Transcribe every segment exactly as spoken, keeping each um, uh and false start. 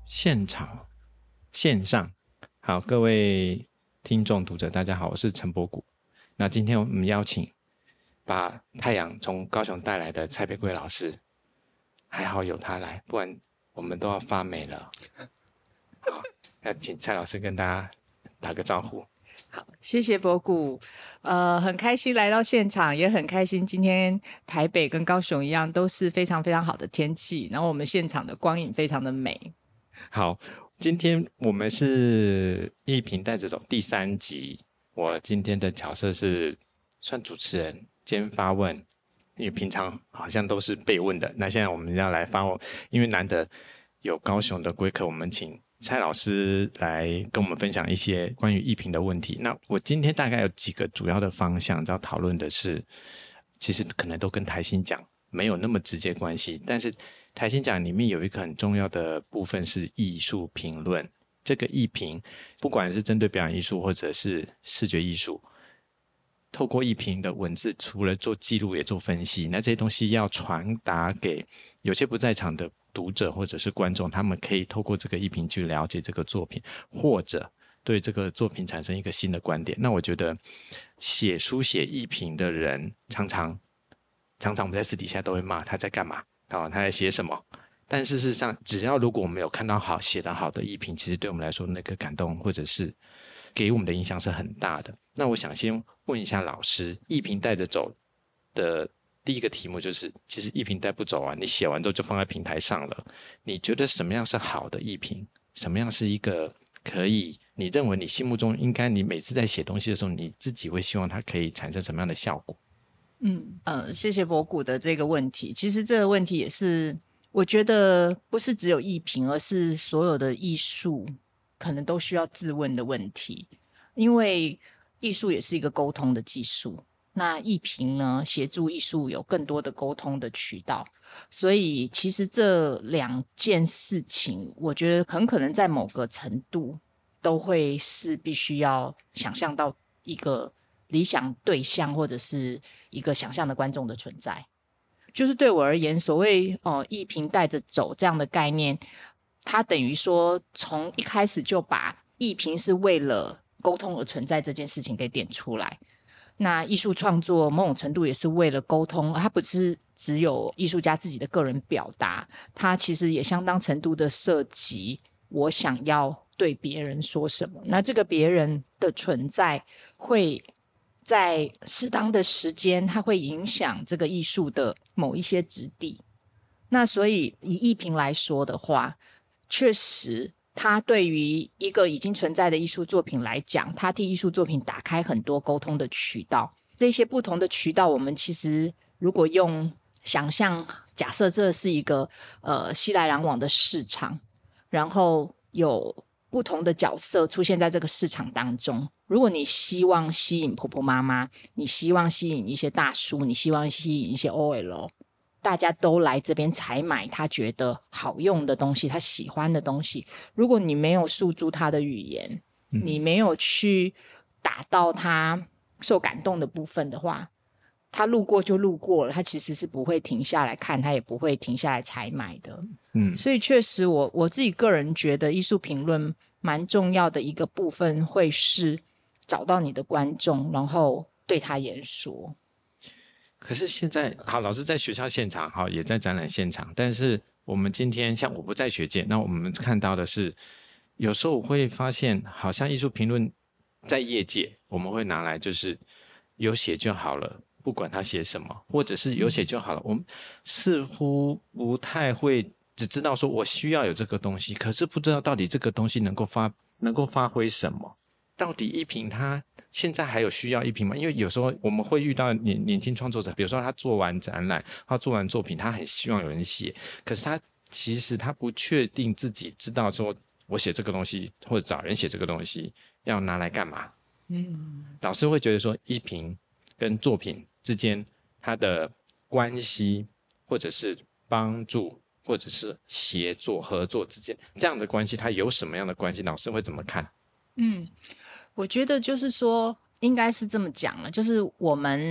现场线上。好，各位听众读者大家好，我是陈柏谷。那今天我们邀请把太阳从高雄带来的蔡培贵老师，还好有他来，不然我们都要发霉了。好，那请蔡老师跟大家打个招呼。 好，谢谢柏谷，呃，很开心来到现场，也很开心今天台北跟高雄一样都是非常非常好的天气，然后我们现场的光影非常的美。 好，今天我们是一瓶带着走第三集，我今天的角色是算主持人兼发问，因为平常好像都是被问的，那现在我们要来发问，因为难得有高雄的贵客，我们请蔡老师来跟我们分享一些关于艺评的问题。那我今天大概有几个主要的方向要讨论的是，其实可能都跟台新奖没有那么直接关系，但是台新奖里面有一个很重要的部分是艺术评论。这个艺评不管是针对表演艺术或者是视觉艺术，透过艺评的文字除了做记录也做分析，那这些东西要传达给有些不在场的读者或者是观众，他们可以透过这个艺评去了解这个作品，或者对这个作品产生一个新的观点。那我觉得写书写艺评的人常常常常我们在私底下都会骂他在干嘛、哦、他在写什么，但事实上只要如果我们有看到好写得好的艺评，其实对我们来说那个感动或者是给我们的影响是很大的。那我想先问一下老师，艺评带着走的第一个题目就是，其实艺评带不走啊，你写完之后就放在平台上了，你觉得什么样是好的艺评，什么样是一个可以你认为你心目中应该你每次在写东西的时候你自己会希望它可以产生什么样的效果？ 嗯呃，谢谢柏谷的这个问题。其实这个问题也是我觉得不是只有艺评，而是所有的艺术可能都需要自问的问题。因为艺术也是一个沟通的技术，那艺评呢协助艺术有更多的沟通的渠道，所以其实这两件事情我觉得很可能在某个程度都会是必须要想象到一个理想对象或者是一个想象的观众的存在。就是对我而言，所谓呃艺评带着走这样的概念，它等于说从一开始就把艺评是为了沟通而存在这件事情给点出来。那艺术创作某种程度也是为了沟通，它不是只有艺术家自己的个人表达，它其实也相当程度的涉及我想要对别人说什么。那这个别人的存在会在适当的时间，它会影响这个艺术的某一些质地。那所以以艺评来说的话，确实它对于一个已经存在的艺术作品来讲，它替艺术作品打开很多沟通的渠道。这些不同的渠道，我们其实如果用想象，假设这是一个呃熙来攘往的市场，然后有不同的角色出现在这个市场当中。如果你希望吸引婆婆妈妈，你希望吸引一些大叔，你希望吸引一些 O L， 大家都来这边采买他觉得好用的东西，他喜欢的东西。如果你没有诉诸他的语言、嗯、你没有去打到他受感动的部分的话，他路过就路过了，他其实是不会停下来看，他也不会停下来采买的。嗯，所以确实我我自己个人觉得艺术评论蛮重要的一个部分会是找到你的观众，然后对他言说。 可是现在好，老师在学校现场好，也在展览现场，但是我们今天像我不在学界，那我们看到的是有时候我会发现好像艺术评论在业界我们会拿来就是有写就好了，不管他写什么，或者是有写就好了，我们似乎不太会只知道说我需要有这个东西，可是不知道到底这个东西能够发能够发挥什么。到底艺评他现在还有需要艺评吗？因为有时候我们会遇到 年, 年轻创作者，比如说他做完展览，他做完作品，他很希望有人写，可是他其实他不确定自己知道说我写这个东西或者找人写这个东西要拿来干嘛。嗯，老师会觉得说艺评跟作品之间它的关系，或者是帮助，或者是协作合作之间这样的关系，它有什么样的关系？老师会怎么看？ 嗯，我觉得就是说应该是这么讲了，就是我们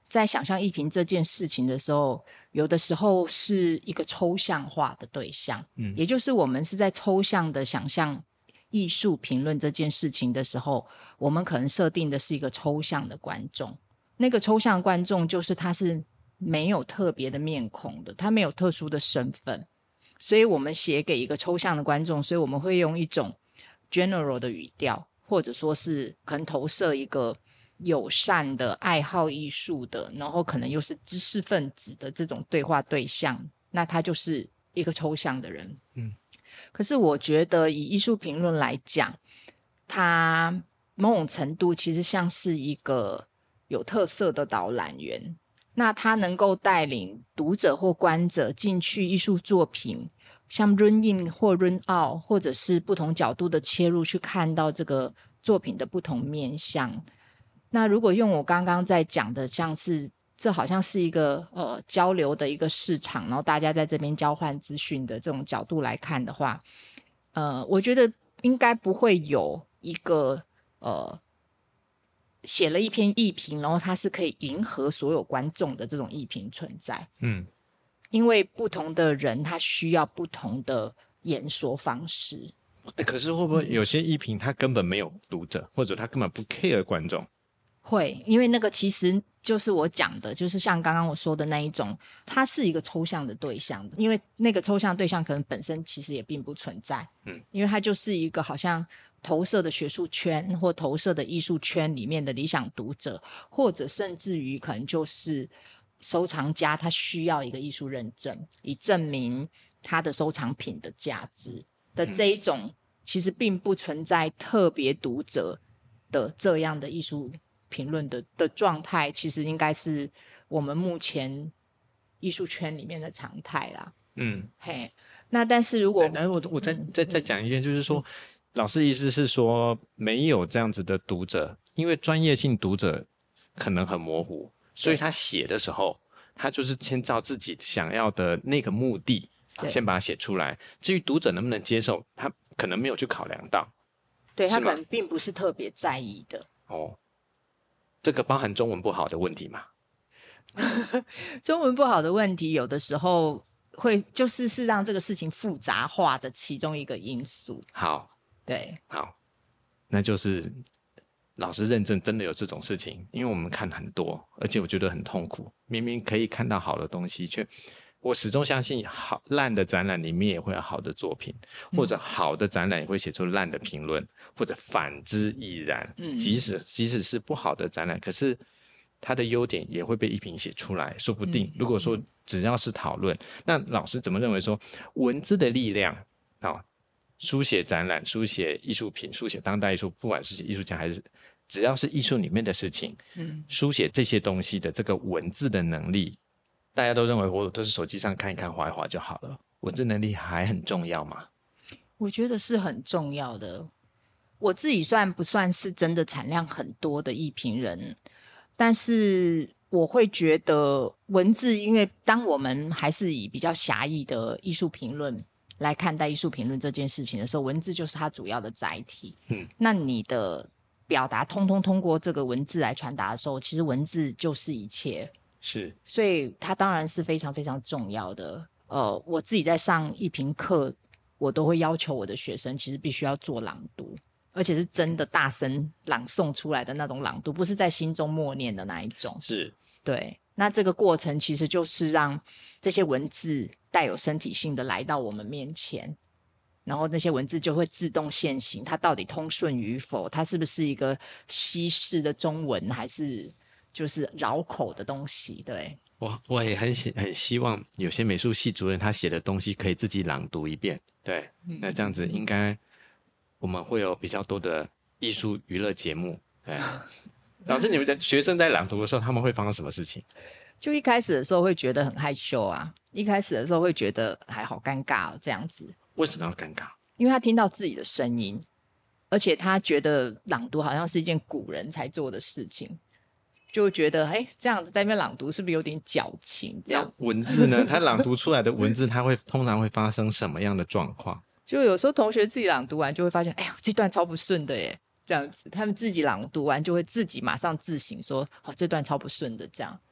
在想象艺评这件事情的时候，有的时候是一个抽象化的对象，嗯，也就是我们是在抽象的想象艺术评论这件事情的时候，我们可能设定的是一个抽象的观众，那个抽象观众就是他是没有特别的面孔的，他没有特殊的身份，所以我们写给一个抽象的观众，所以我们会用一种 general 的语调，或者说是可能投射一个友善的爱好艺术的，然后可能又是知识分子的这种对话对象，那他就是一个抽象的人。嗯，可是我觉得以艺术评论来讲，它某种程度其实像是一个有特色的导览员，那他能够带领读者或观者进去艺术作品，像 run in 或 run out， 或者是不同角度的切入去看到这个作品的不同面向。那如果用我刚刚在讲的，像是这好像是一个呃交流的一个市场，然后大家在这边交换资讯的这种角度来看的话，呃，我觉得应该不会有一个呃写了一篇艺评，然后它是可以迎合所有观众的这种艺评存在。嗯，因为不同的人他需要不同的演说方式。 欸、可是会不会有些艺评他根本没有读者，或者他根本不 care 观众？ 会，因为那个其实就是我讲的，就是像刚刚我说的那一种，它是一个抽象的对象，因为那个抽象对象可能本身其实也并不存在，嗯，因为它就是一个好像投射的学术圈或投射的艺术圈里面的理想读者，或者甚至于可能就是收藏家，他需要一个艺术认证，以证明他的收藏品的价值的这一种，嗯，其实并不存在特别读者的这样的艺术评论 的, 的状态，其实应该是我们目前艺术圈里面的常态啦。嗯，嘿，那但是如果我我再再再讲一遍，就是说，嗯，老师意思是说，没有这样子的读者，因为专业性读者可能很模糊，所以他写的时候，他就是先照自己想要的那个目的，先把它写出来。至于读者能不能接受，他可能没有去考量到， 对，他可能并不是特别在意的。 哦。这个包含中文不好的问题吗？ 中文不好的问题有的时候会就是是让这个事情复杂化的其中一个因素。 好， 对， 好，那就是老师认证真的有这种事情，因为我们看很多，而且我觉得很痛苦，明明可以看到好的东西，却我始终相信好烂的展览里面也会有好的作品，或者好的展览也会写出烂的评论，或者反之亦然。嗯，即使即使是不好的展览，可是它的优点也会被艺评写出来，说不定。如果说只要是讨论，那老师怎么认为说文字的力量啊，哦，书写展览、书写艺术品、书写当代艺术，不管是艺术家还是只要是艺术里面的事情，嗯，书写这些东西的这个文字的能力。大家都认为我都是手机上看一看滑一滑就好了，文字能力还很重要吗？ 我觉得是很重要的。我自己虽然不算是真的产量很多的艺评人，但是我会觉得文字，因为当我们还是以比较狭义的艺术评论来看待艺术评论这件事情的时候，文字就是它主要的载体。嗯，那你的表达通通通过这个文字来传达的时候，其实文字就是一切。 是， 所以它当然是非常非常重要的。呃，我自己在上艺评课，我都会要求我的学生其实必须要做朗读，而且是真的大声朗诵出来的那种朗读，不是在心中默念的那一种。 是， 对。那这个过程其实就是让这些文字带有身体性的来到我们面前，然后那些文字就会自动现形，它到底通顺与否，它是不是一个西式的中文，还是就是绕口的东西。对， 我我也很很希望有些美术系主任他写的东西可以自己朗读一遍。对，嗯，那这样子应该我们会有比较多的艺术娱乐节目。对，老师，你们的学生在朗读的时候，他们会发生什么事情？ 就一开始的时候会觉得很害羞啊，一开始的时候会觉得还好尴尬哦，这样子。 为什么要尴尬？ 因为他听到自己的声音，而且他觉得朗读好像是一件古人才做的事情。就觉得哎，这样子在那边朗读是不是有点矫情？这样文字呢？他朗读出来的文字，他会通常会发生什么样的状况？ 就有时候同学自己朗读完，就会发现，哎呀，这段超不顺的耶，这样子。他们自己朗读完，就会自己马上自省说，哦，这段超不顺的，这样。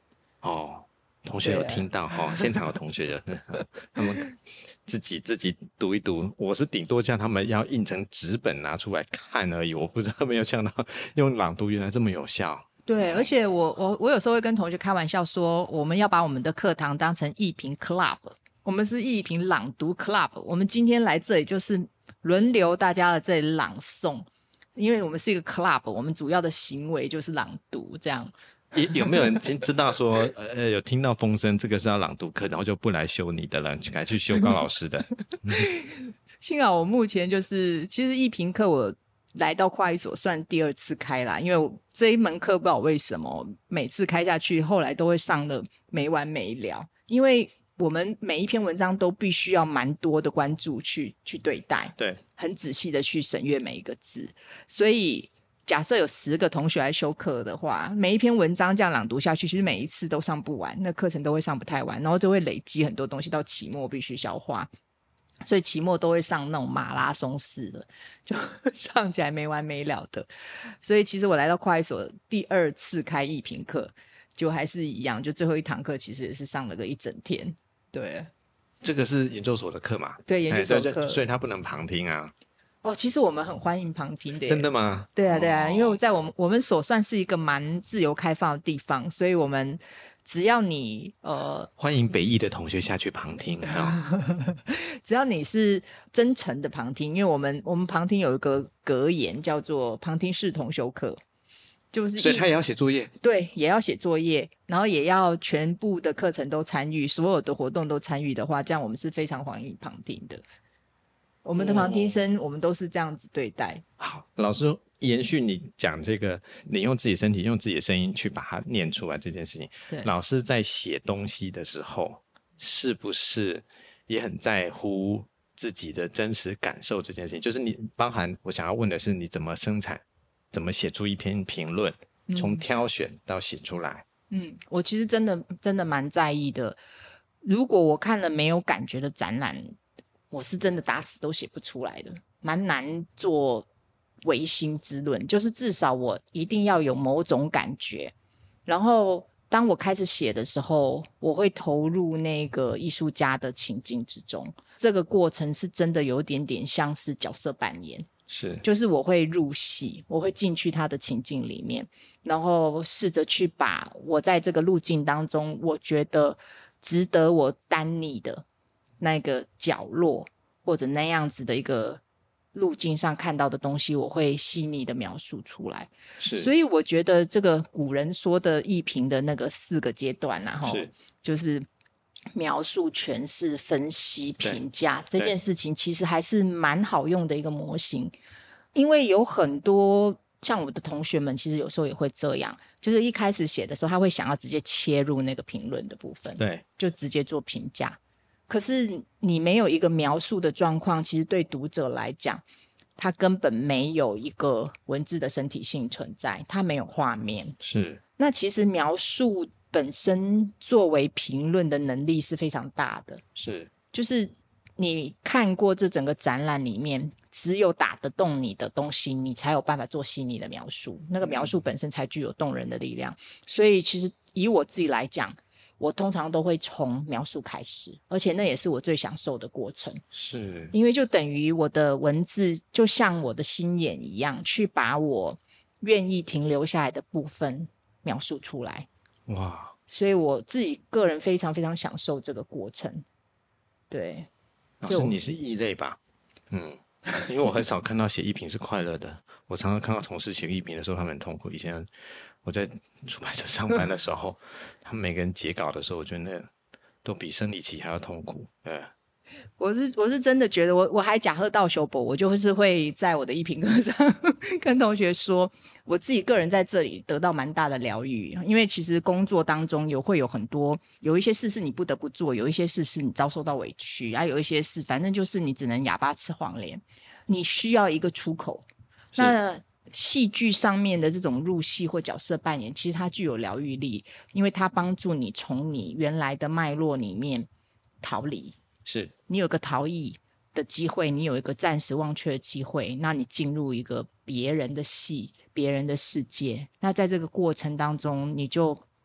哦，同学有听到哈、啊，现场有同学有他们自己自己读一读，我是顶多叫他们要印成纸本拿出来看而已，我不知道没有想到用朗读原来这么有效。 对，而且我我我有时候会跟同学开玩笑说，我们要把我们的课堂当成艺评 club， 我们是艺评朗读 club， 我们今天来这里就是轮流大家的这里朗诵，因为我们是一个 club， 我们主要的行为就是朗读这样。 有有没有人听知道说呃有听到风声这个是要朗读课，然后就不来修你的了，改去修高老师的？ 幸好我目前就是其实艺评课我来到跨一所算第二次开啦，因为我这一门课不知道为什么每次开下去后来都会上的没完没了，因为我们每一篇文章都必须要蛮多的关注去去对待， 对， 很仔细的去审阅每一个字，所以假设有十个同学来修课的话，每一篇文章这样朗读下去，其实每一次都上不完，那课程都会上不太完，然后就会累积很多东西到期末必须消化，所以期末都会上那种马拉松式的，就上起来没完没了的。所以其实我来到跨一所第二次开艺评课，就还是一样，就最后一堂课其实也是上了个一整天。对， 这个是研究所的课嘛？ 对，研究所的课， 哎、所以他不能旁听啊。 哦，其实我们很欢迎旁听的。 真的吗？ 对啊，对啊， 哦、 因为在我们我们所算是一个蛮自由开放的地方，所以我们只要你呃， 欢迎北艺的同学下去旁听哈。 只要你是真诚的旁听，因为我们我们旁听有一个格言叫做旁听式同修课，就是所以他也要写作业， 对，也要写作业，然后也要全部的课程都参与，所有的活动都参与的话，这样我们是非常欢迎旁听的。我们的旁听生、哦、我们都是这样子对待。 好，老师延续你讲这个，你用自己身体用自己的声音去把它念出来这件事情，老师在写东西的时候是不是也很在乎自己的真实感受这件事情？就是你包含我想要问的是你怎么生产，怎么写出一篇评论，从挑选到写出来。 嗯，我其实真的真的蛮在意的，如果我看了没有感觉的展览，我是真的打死都写不出来的，蛮难做唯心之论，就是至少我一定要有某种感觉，然后当我开始写的时候，我会投入那个艺术家的情境之中，这个过程是真的有点点像是角色扮演， 是， 就是我会入戏，我会进去他的情境里面，然后试着去把我在这个路径当中我觉得值得我单拟的那个角落或者那样子的一个路径上看到的东西，我会细腻的描述出来。 是， 所以我觉得这个古人说的艺评的那个四个阶段啊， 是就是描述、诠释、分析、评价这件事情，其实还是蛮好用的一个模型。因为有很多像我的同学们，其实有时候也会这样，就是一开始写的时候，他会想要直接切入那个评论的部分， 对， 就直接做评价。可是你没有一个描述的状况，其实对读者来讲，他根本没有一个文字的身体性存在，他没有画面。 是， 那其实描述本身作为评论的能力是非常大的。 是， 就是你看过这整个展览里面，只有打得动你的东西，你才有办法做细腻的描述，那个描述本身才具有动人的力量。所以其实以我自己来讲，我通常都会从描述开始，而且那也是我最享受的过程。 是， 因为就等于我的文字就像我的心眼一样，去把我愿意停留下来的部分描述出来。 哇， 所以我自己个人非常非常享受这个过程。对， 老师你是异类吧？嗯，因为我很少看到写艺评是快乐的，我常常看到同事写艺评的时候他们很痛苦。以前我在出版社上班的时候他们每个人截稿的时候，我觉得那都比生理期还要痛苦。对， 我是我是真的觉得我我还假贺道修博，我就是会在我的艺评课上跟同学说，我自己个人在这里得到蛮大的疗愈，因为其实工作当中有会有很多有一些事是你不得不做，有一些事是你遭受到委屈啊，有一些事反正就是你只能哑巴吃黄连，你需要一个出口。那戏剧上面的这种入戏或角色扮演，其实它具有疗愈力，因为它帮助你从你原来的脉络里面逃离， 是你有个逃逸的机会，你有一个暂时忘却的机会，那你进入一个别人的戏，别人的世界，那在这个过程当中你就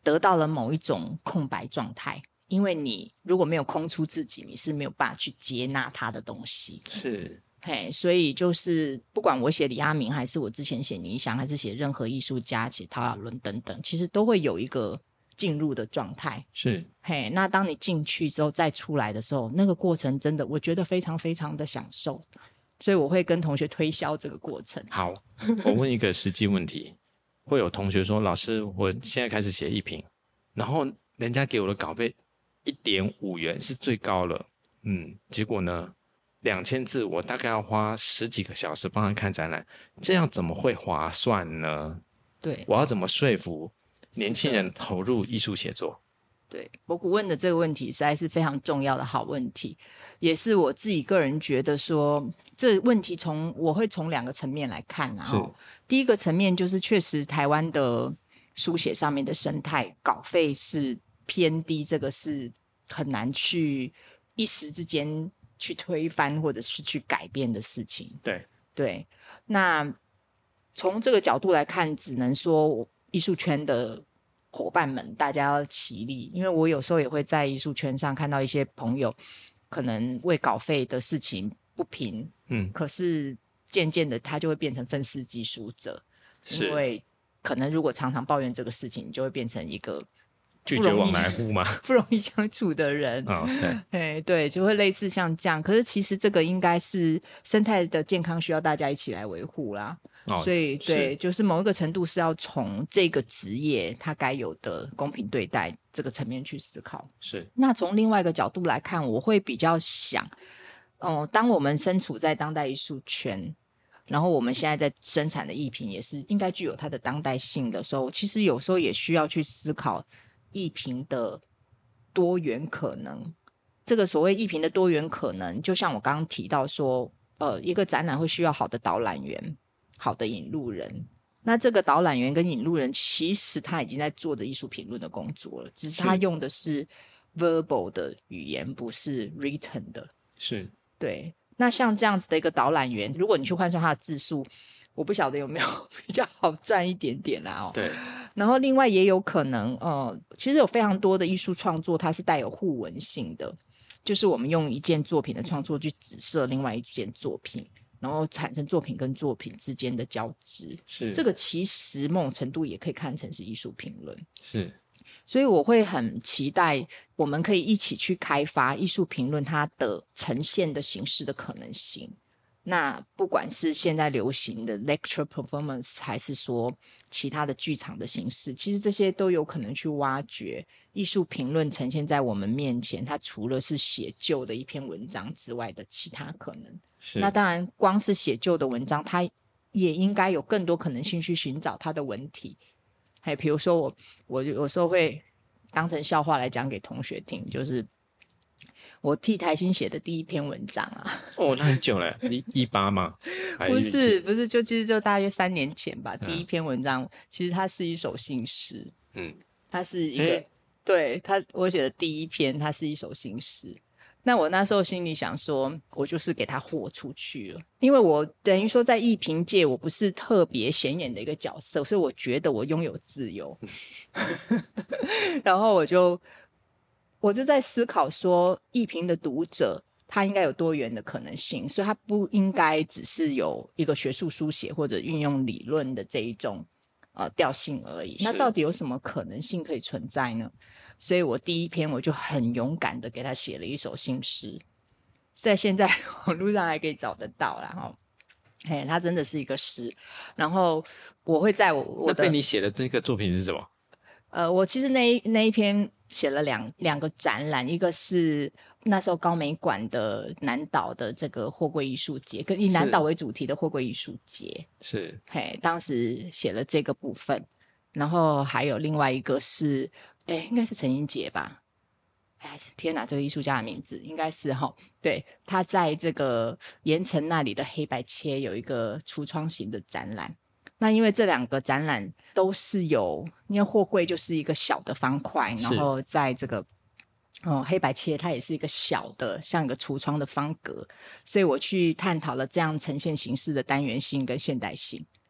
得到了某一种空白状态，因为你如果没有空出自己，你是没有办法去接纳他的东西。 是， 嘿，所以就是不管我写李阿明，还是我之前写倪翔，还是写任何艺术家，写陶亚伦等等，其实都会有一个进入的状态。 是， 嘿，那当你进去之后再出来的时候，那个过程真的我觉得非常非常的享受，所以我会跟同学推销这个过程。 好，我问一个实际问题，会有同学说，老师，我现在开始写一评，然后人家给我的稿费一点五元是最高了，嗯，结果呢，两千字我大概要花十几个小时帮他看展览，这样怎么会划算呢？ 对， 我要怎么说服年轻人投入艺术写作？ 对，博古问的这个问题实在是非常重要的好问题，也是我自己个人觉得说，这问题从我会从两个层面来看啊。哦，第一个层面就是确实台湾的书写上面的生态稿费是偏低，这个是很难去一时之间去推翻或者是去改变的事情。 对对，那从这个角度来看，只能说艺术圈的伙伴们大家要齐力，因为我有时候也会在艺术圈上看到一些朋友可能为稿费的事情不平，嗯，可是渐渐的他就会变成愤世嫉俗者，因为可能如果常常抱怨这个事情，就会变成一个拒绝往来户吗？ 不容易相处的人。 哦， 对，对，就会类似像这样。可是其实这个应该是生态的健康需要大家一起来维护啦。哦，所以对，是就是某一个程度是要从这个职业它该有的公平对待这个层面去思考。 是。 那从另外一个角度来看，我会比较想，哦，当我们身处在当代艺术圈，然后我们现在在生产的艺品也是应该具有它的当代性的时候，其实有时候也需要去思考艺评的多元可能。这个所谓艺评的多元可能，就像我刚刚提到说，呃，一个展览会需要好的导览员，好的引路人。那这个导览员跟引路人，其实他已经在做着艺术评论的工作了，只是他用的是 verbal 的语言，不是 written 的。 是， 对。那像这样子的一个导览员，如果你去换算他的字数，我不晓得有没有比较好赚一点点啦。哦， 对。 然后另外也有可能，呃，其实有非常多的艺术创作，它是带有互文性的，就是我们用一件作品的创作去指涉另外一件作品，然后产生作品跟作品之间的交织。 是， 这个其实某种程度也可以看成是艺术评论。 是。 所以我会很期待我们可以一起去开发艺术评论它的呈现的形式的可能性。那不管是现在流行的 lecture performance 还是说其他的剧场的形式，其实这些都有可能去挖掘艺术评论呈现在我们面前，它除了是写就的一篇文章之外的其他可能。那当然光是写就的文章，它也应该有更多可能性去寻找它的文体。还比如说我我有时候会当成笑话来讲给同学听，就是我替台新写的第一篇文章啊。 哦，那很久了，一一八吗？ 不是不是，就其实就大约三年前吧。嗯、第一篇文章其实它是一首新诗，嗯，它是一个对它我写的第一篇，它是一首新诗。那我那时候心里想说，我就是给它豁出去了，因为我等于说在艺评界我不是特别显眼的一个角色，所以我觉得我拥有自由。然后我就我就在思考说，艺评的读者他应该有多元的可能性，所以他不应该只是有一个学术书写或者运用理论的这一种呃调性而已。那到底有什么可能性可以存在呢？所以我第一篇我就很勇敢的给他写了一首新诗，在现在网络上还可以找得到啦齁。嘿，它真的是一个诗。然后我会在我我的那被你写的那个作品是什么？ 呃，我其实那一那一篇写了两两个展览，一个是那时候高美馆的南岛的这个货柜艺术节，跟以南岛为主题的货柜艺术节， 是， 嘿，当时写了这个部分。然后还有另外一个是，哎，应该是陈英杰吧？哎，天哪，这个艺术家的名字应该是齁，对，他在这个盐城那里的黑白切有一个橱窗型的展览。那因为这两个展览都是有，因为货柜就是一个小的方块，然后在这个哦黑白切它也是一个小的像一个橱窗的方格，所以我去探讨了这样呈现形式的单元性跟现代性。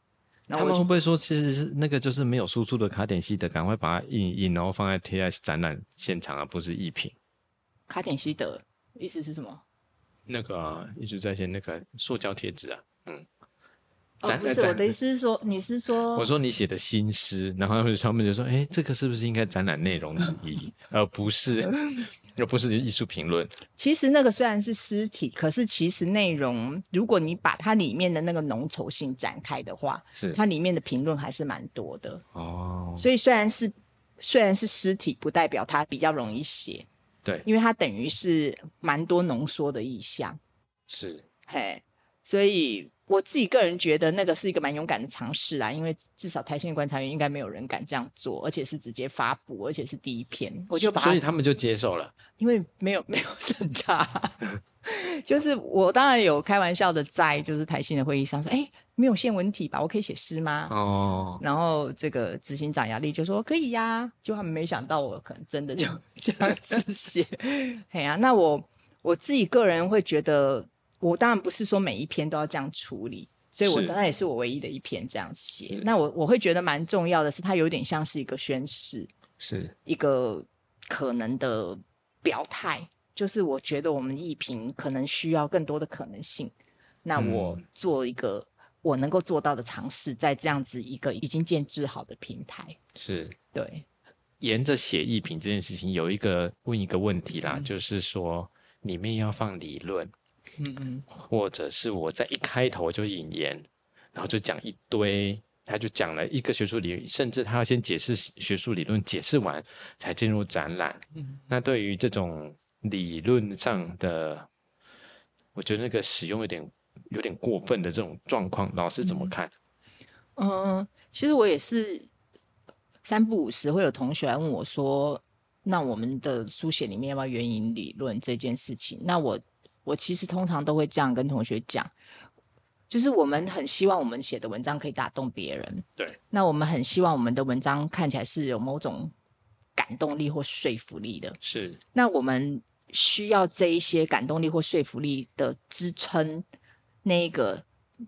他们会不会说，其实是那个就是没有输出的卡点西德，赶快把它印一印，然后放在贴在展览现场啊，不是艺品？ 卡点西德意思是什么？ 那个啊，一直在线那个塑胶贴纸啊，嗯。 哦，不是，我的意思是说，你是说， 我说你写的新诗，然后他们就说，哎，这个是不是应该展览内容之一，而不是，而不是艺术评论？ 其实那个虽然是诗体，可是其实内容，如果你把它里面的那个浓稠性展开的话， 是它里面的评论还是蛮多的哦。 所以虽然是虽然是诗体，不代表它比较容易写， 对， 因为它等于是蛮多浓缩的意象， 是， 嘿，所以。我自己个人觉得那个是一个蛮勇敢的尝试啦，因为至少台新的观察员应该没有人敢这样做，而且是直接发布，而且是第一篇，我就把它， 所以他们就接受了， 因为没有没有审查，就是我当然有开玩笑的在就是台新的会议上说，哎，没有限文体吧，我可以写诗吗？哦，然后这个执行长雅丽就说可以呀，就他们没想到我可能真的就这样子写，哎呀、啊，那我我自己个人会觉得。我当然不是说每一篇都要这样处理，所以我当然也是我唯一的一篇这样写。那我我会觉得蛮重要的是，它有点像是一个宣示， 是一个可能的表态，就是我觉得我们艺评可能需要更多的可能性。那我做一个我能够做到的尝试，在这样子一个已经建制好的平台。 是， 对。 沿着写艺评这件事情，有一个问一个问题啦，嗯、就是说里面要放理论。嗯嗯，或者是我在一开头就引言，然后就讲一堆，他就讲了一个学术理论，甚至他要先解释学术理论，解释完才进入展览。嗯，那对于这种理论上的，我觉得那个使用有点有点过分的这种状况，老师怎么看？ 嗯、呃，其实我也是三不五时会有同学来问我说，那我们的书写里面要不要援引理论这件事情？那我。我其实通常都会这样跟同学讲，就是我们很希望我们写的文章可以打动别人， 对。 那我们很希望我们的文章看起来是有某种感动力或说服力的， 是。 那我们需要这一些感动力或说服力的支撑，那个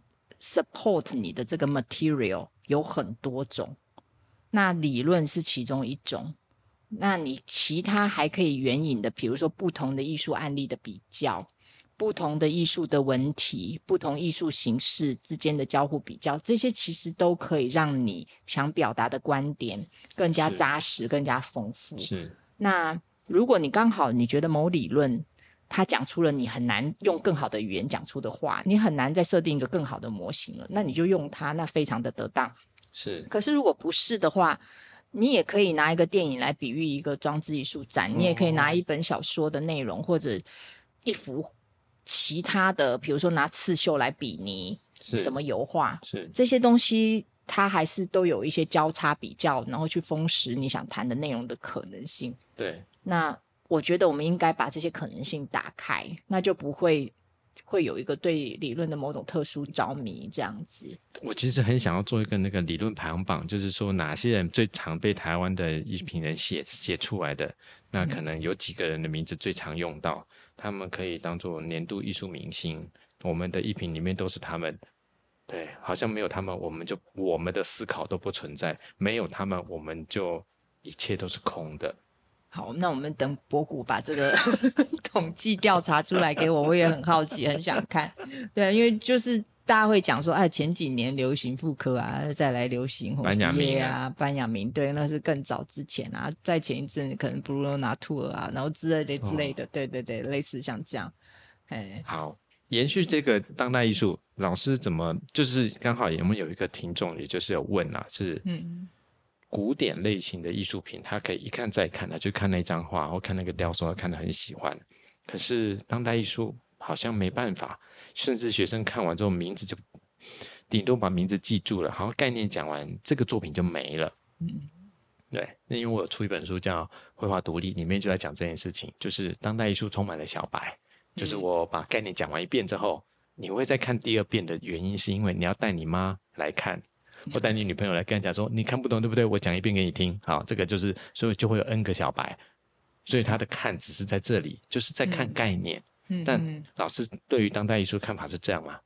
support 你的这个 material 有很多种，那理论是其中一种。那你其他还可以援引的，比如说不同的艺术案例的比较。不同的艺术的文体，不同艺术形式之间的交互比较，这些其实都可以让你想表达的观点更加扎实，更加丰富。 是。 那如果你刚好你觉得某理论它讲出了你很难用更好的语言讲出的话，你很难再设定一个更好的模型了，那你就用它，那非常的得当。 是。 可是如果不是的话，你也可以拿一个电影来比喻一个装置艺术展，哦、你也可以拿一本小说的内容或者一幅其他的，比如说拿刺绣来比拟什么油画， 是这些东西它还是都有一些交叉比较，然后去丰实你想谈的内容的可能性。 对， 那我觉得我们应该把这些可能性打开，那就不会会有一个对理论的某种特殊着迷这样子。 我其实很想要做一个那个理论排行榜，就是说哪些人最常被台湾的艺评人写写出来的，那可能有几个人的名字最常用到，嗯、他们可以当做年度艺术明星。我们的艺评里面都是他们，对，好像没有他们，我们就我们的思考都不存在，没有他们，我们就一切都是空的。 好，那我们等博古把这个统计调查出来给我，我也很好奇，很想看。对，因为就是大家会讲说，哎，前几年流行妇科啊，再来流行红叶明啊、班雅明，对，那是更早之前啊，再前一阵可能布鲁诺拿兔尔啊，然后之类的之类的，哦、对对对，类似像这样。哎， 好，延续这个当代艺术，老师怎么就是刚好我们有一个听众，也就是有问啊，是嗯。古典类型的艺术品，他可以一看再看，他就看那张画或看那个雕塑，他看得很喜欢。可是当代艺术好像没办法，甚至学生看完之后名字就顶多把名字记住了，好像概念讲完，这个作品就没了。嗯，对，因为我有出一本书叫《绘画独立》，里面就在讲这件事情，就是当代艺术充满了小白，就是我把概念讲完一遍之后，你会再看第二遍的原因是因为你要带你妈来看。或带你女朋友来跟他讲说，你看不懂对不对？我讲一遍给你听。好，这个就是所以就会有 N 个小白，所以他的看只是在这里，就是在看概念。嗯、但老师对于当代艺术看法是这样吗？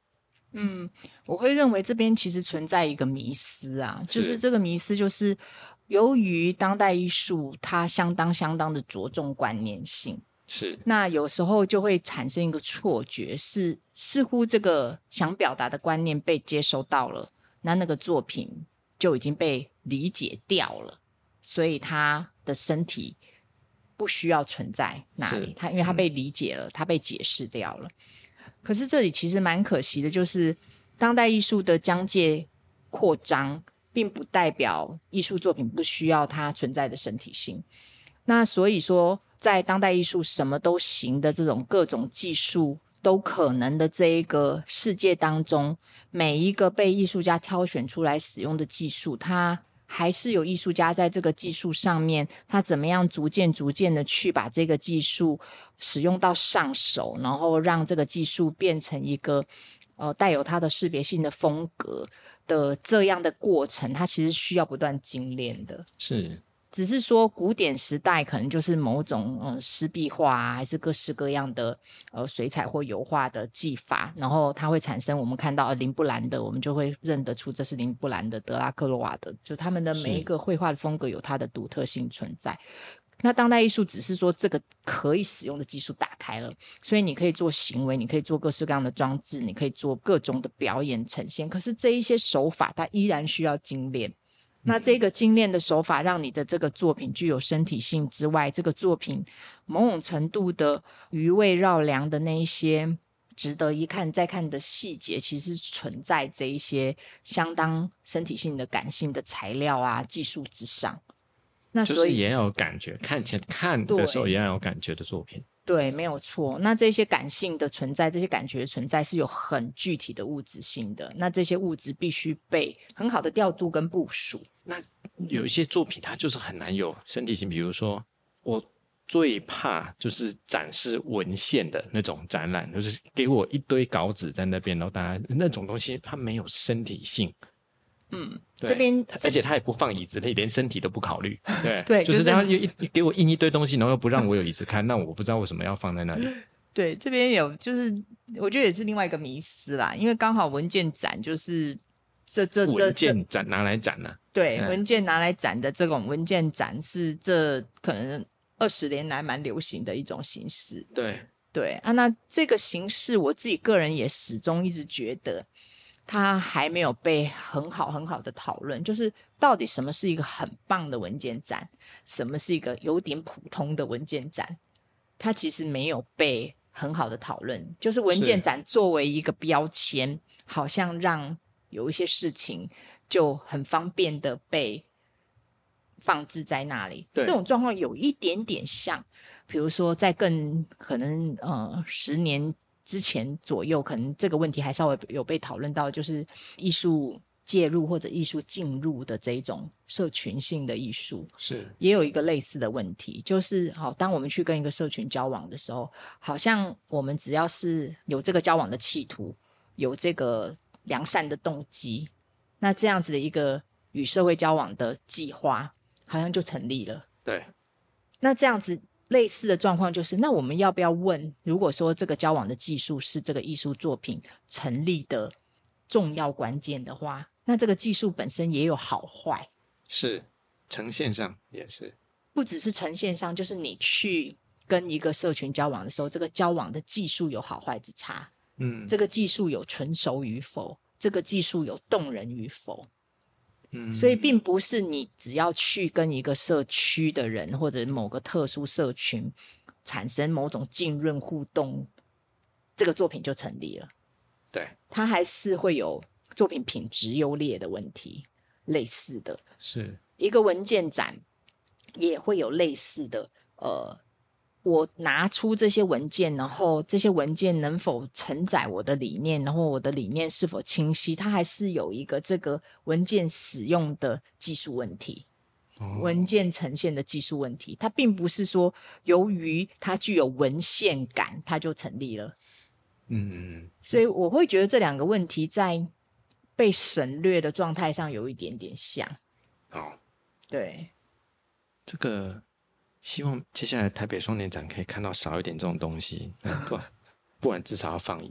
嗯，我会认为这边其实存在一个迷思啊，就是这个迷思就是由于当代艺术它相当相当的着重观念性， 是， 那有时候就会产生一个错觉，是似乎这个想表达的观念被接收到了，那那个作品就已经被理解掉了，所以他的身体不需要存在那里，他因为他被理解了，他、嗯、被解释掉了。可是这里其实蛮可惜的，就是当代艺术的疆界扩张并不代表艺术作品不需要它存在的身体性。那所以说在当代艺术什么都行的这种各种技术都可能的这一个世界当中，每一个被艺术家挑选出来使用的技术，它还是有艺术家在这个技术上面，他怎么样逐渐逐渐的去把这个技术使用到上手，然后让这个技术变成一个呃带有它的识别性的风格的这样的过程，它其实需要不断精炼的。 是， 只是说古典时代可能就是某种呃湿壁画啊，还是各式各样的呃水彩或油画的技法，然后它会产生我们看到林布兰的，我们就会认得出这是林布兰的、德拉克洛瓦的，就他们的每一个绘画的风格有它的独特性存在。那当代艺术只是说这个可以使用的技术打开了，所以你可以做行为，你可以做各式各样的装置，你可以做各种的表演呈现，可是这一些手法它依然需要精炼。那这个精炼的手法让你的这个作品具有身体性之外，这个作品某种程度的余味绕梁的那一些值得一看再看的细节，其实存在这一些相当身体性的感性的材料啊技术之上。那所以就是也要有感觉，看前看的时候也要有感觉的作品。 对，没有错。那这些感性的存在，这些感觉的存在是有很具体的物质性的，那这些物质必须被很好的调度跟部署。 那有一些作品它就是很难有身体性，比如说我最怕就是展示文献的那种展览，就是给我一堆稿纸在那边，然后大家那种东西它没有身体性。 嗯，这边而且他也不放椅子，他连身体都不考虑。对对， 就是他一给我印一堆东西，然后又不让我有椅子看，那我不知道为什么要放在那里。 对，这边有就是我觉得也是另外一个迷思啦，因为刚好文件展就是这这这文件展拿来展呢、啊？ 对、嗯，文件拿来展的这种文件展是这可能二十年来蛮流行的一种形式。 对对啊，那这个形式我自己个人也始终一直觉得它还没有被很好很好的讨论，就是到底什么是一个很棒的文件展，什么是一个有点普通的文件展，它其实没有被很好的讨论。就是文件展作为一个标签，好像让有一些事情就很方便的被放置在那里。这种状况有一点点像，比如说在更可能呃十年之前左右，可能这个问题还稍微有被讨论到，就是艺术介入或者艺术进入的这一种社群性的艺术， 是也有一个类似的问题，就是好，当我们去跟一个社群交往的时候，好像我们只要是有这个交往的企图，有这个良善的动机，那这样子的一个与社会交往的计划好像就成立了。 对， 那这样子类似的状况就是，那我们要不要问，如果说这个交往的技术是这个艺术作品成立的重要关键的话，那这个技术本身也有好坏。 是，呈现上也是， 不只是呈现上，就是你去跟一个社群交往的时候，这个交往的技术有好坏之差。嗯，这个技术有纯熟与否，这个技术有动人与否。嗯，所以并不是你只要去跟一个社区的人或者某个特殊社群产生某种浸润互动，这个作品就成立了。 对， 它还是会有作品品质优劣的问题，类似的。 是一个文件展也会有类似的，呃，我拿出这些文件，然后这些文件能否承载我的理念，然后我的理念是否清晰，它还是有一个这个文件使用的技术问题、哦、文件呈现的技术问题，它并不是说由于它具有文献感它就成立了。嗯，所以我会觉得这两个问题在被省略的状态上有一点点像。 哦， 对， 这个希望接下来台北双年展可以看到少一点这种东西，不然不然至少要放椅子。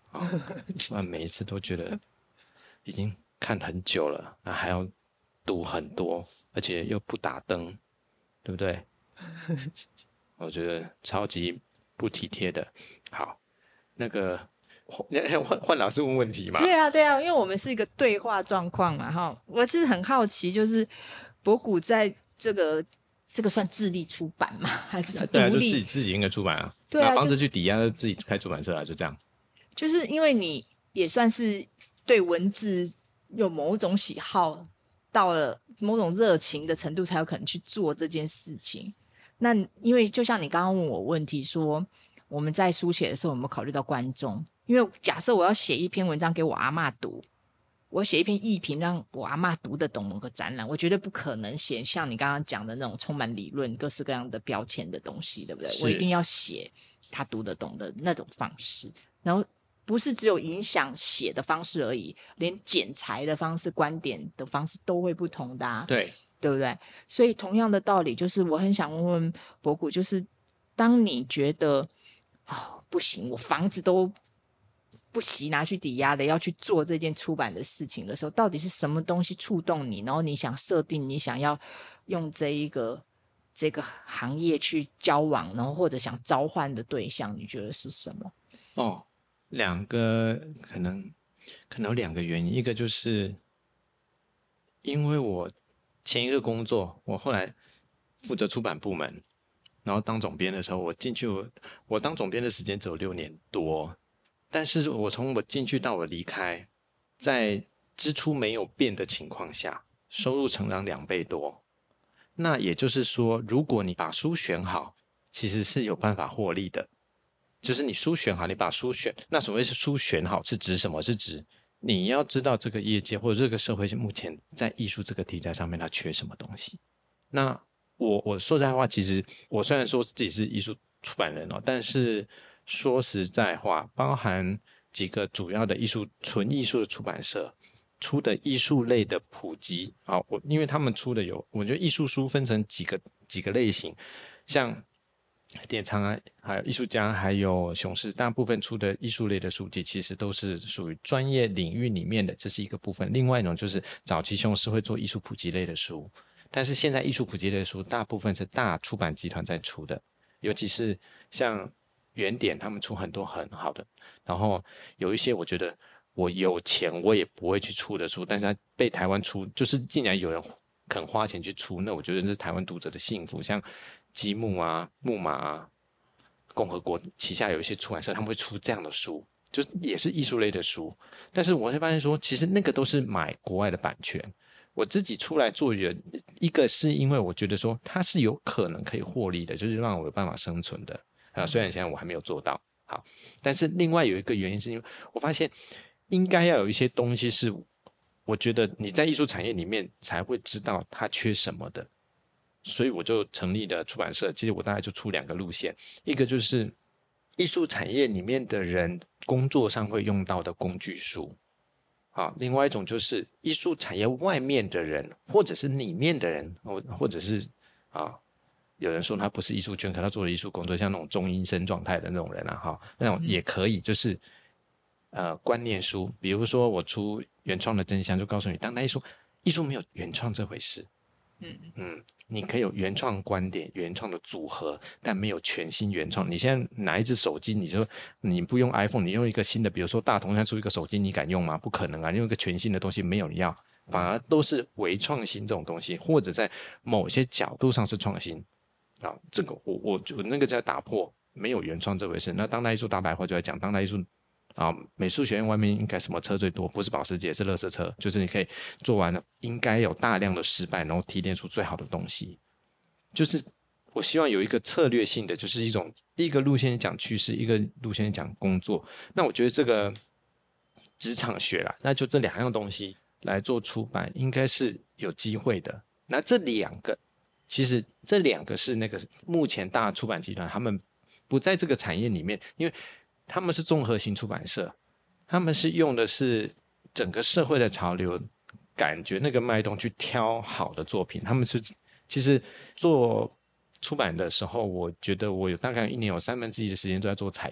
哦，不然每一次都觉得已经看很久了，那还要读很多，而且又不打灯，对不对？我觉得超级不体贴的。好，那个换换老师问问题嘛？ 对啊，对啊，因为我们是一个对话状况嘛，哈。我是很好奇，就是博古在这个这个算自立出版吗？还是独立？ 对啊，就自己自己应该出版啊， 对啊， 拿房子去抵押，自己开出版社啊，就这样。 就是因为你也算是对文字有某种喜好，到了某种热情的程度，才有可能去做这件事情。那因为就像你刚刚问我问题说，我们在书写的时候有没有考虑到观众？因为假设我要写一篇文章给我阿嬷读，我写一篇艺评让我阿嬷读得懂某个展览，我绝对不可能写像你刚刚讲的那种充满理论、各式各样的标签的东西，对不对？我一定要写他读得懂的那种方式，然后不是只有影响写的方式而已，连剪裁的方式、观点的方式都会不同的啊， 对， 对不对？所以同样的道理，就是我很想问问博古，就是当你觉得哦不行，我房子都不惜拿去抵押的，要去做这件出版的事情的时候，到底是什么东西触动你？然后你想设定你想要用这一个这个行业去交往，然后或者想召唤的对象，你觉得是什么？ 哦，两个可能可能有两个原因，一个就是因为我前一个工作，我后来负责出版部门，然后当总编的时候，我进去我我当总编的时间只有六年多。但是我从我进去到我离开，在支出没有变的情况下，收入成长两倍多。那也就是说，如果你把书选好，其实是有办法获利的。就是你书选好，你把书选，那所谓是书选好是指什么？是指你要知道这个业界或者这个社会目前在艺术这个题材上面它缺什么东西。那我我说实在话，其实我虽然说自己是艺术出版人哦，但是说实在话，包含几个主要的艺术纯艺术的出版社出的艺术类的普及啊，我因为他们出的有，我觉得艺术书分成几个几个类型，像典藏啊，还有艺术家，还有熊市，大部分出的艺术类的书籍，其实都是属于专业领域里面的，这是一个部分。另外一种就是早期熊市会做艺术普及类的书，但是现在艺术普及类的书，大部分是大出版集团在出的，尤其是像原点他们出很多很好的，然后有一些我觉得我有钱我也不会去出的书，但是它被台湾出，就是竟然有人肯花钱去出，那我觉得这是台湾读者的幸福。像积木啊、木马啊、共和国旗下有一些出版社，他们会出这样的书，就是也是艺术类的书，但是我会发现说，其实那个都是买国外的版权。我自己出来做人，一个是因为我觉得说它是有可能可以获利的，就是让我有办法生存的啊。虽然现在我还没有做到好，但是另外有一个原因是因为我发现应该要有一些东西是我觉得你在艺术产业里面才会知道它缺什么的，所以我就成立了出版社。其实我大概就出两个路线，一个就是艺术产业里面的人工作上会用到的工具书。好，另外一种就是艺术产业外面的人，或者是里面的人，或或者是啊，有人说他不是艺术圈，可他做了艺术工作，像那种中阴身状态的那种人啊，哈，那种也可以，就是呃观念书，比如说我出原创的真相，就告诉你，当代艺术，艺术没有原创这回事。嗯嗯，你可以有原创观点、原创的组合，但没有全新原创。你现在拿一只手机，你说你不用 iPhone， 你用一个新的，比如说大同现在出一个手机，你敢用吗？不可能啊！你用一个全新的东西，没有人要，反而都是微创新这种东西，或者在某些角度上是创新啊。这个我我我那个叫打破没有原创这回事。那当代艺术大白话就在讲当代艺术。啊，美术学院外面应该什么车最多？不是保时捷，是垃圾车。就是你可以做完了，应该有大量的失败，然后提炼出最好的东西。就是我希望有一个策略性的，就是一种一个路线讲趋势，一个路线讲工作。那我觉得这个职场学啦，那就这两样东西来做出版，应该是有机会的。那这两个，其实这两个是那个目前大出版集团他们不在这个产业里面，因为他们是综合型出版社，他们是用的是整个社会的潮流，感觉那个脉动去挑好的作品。他们是其实做出版的时候，我觉得我有大概一年有三分之一的时间都在做采购，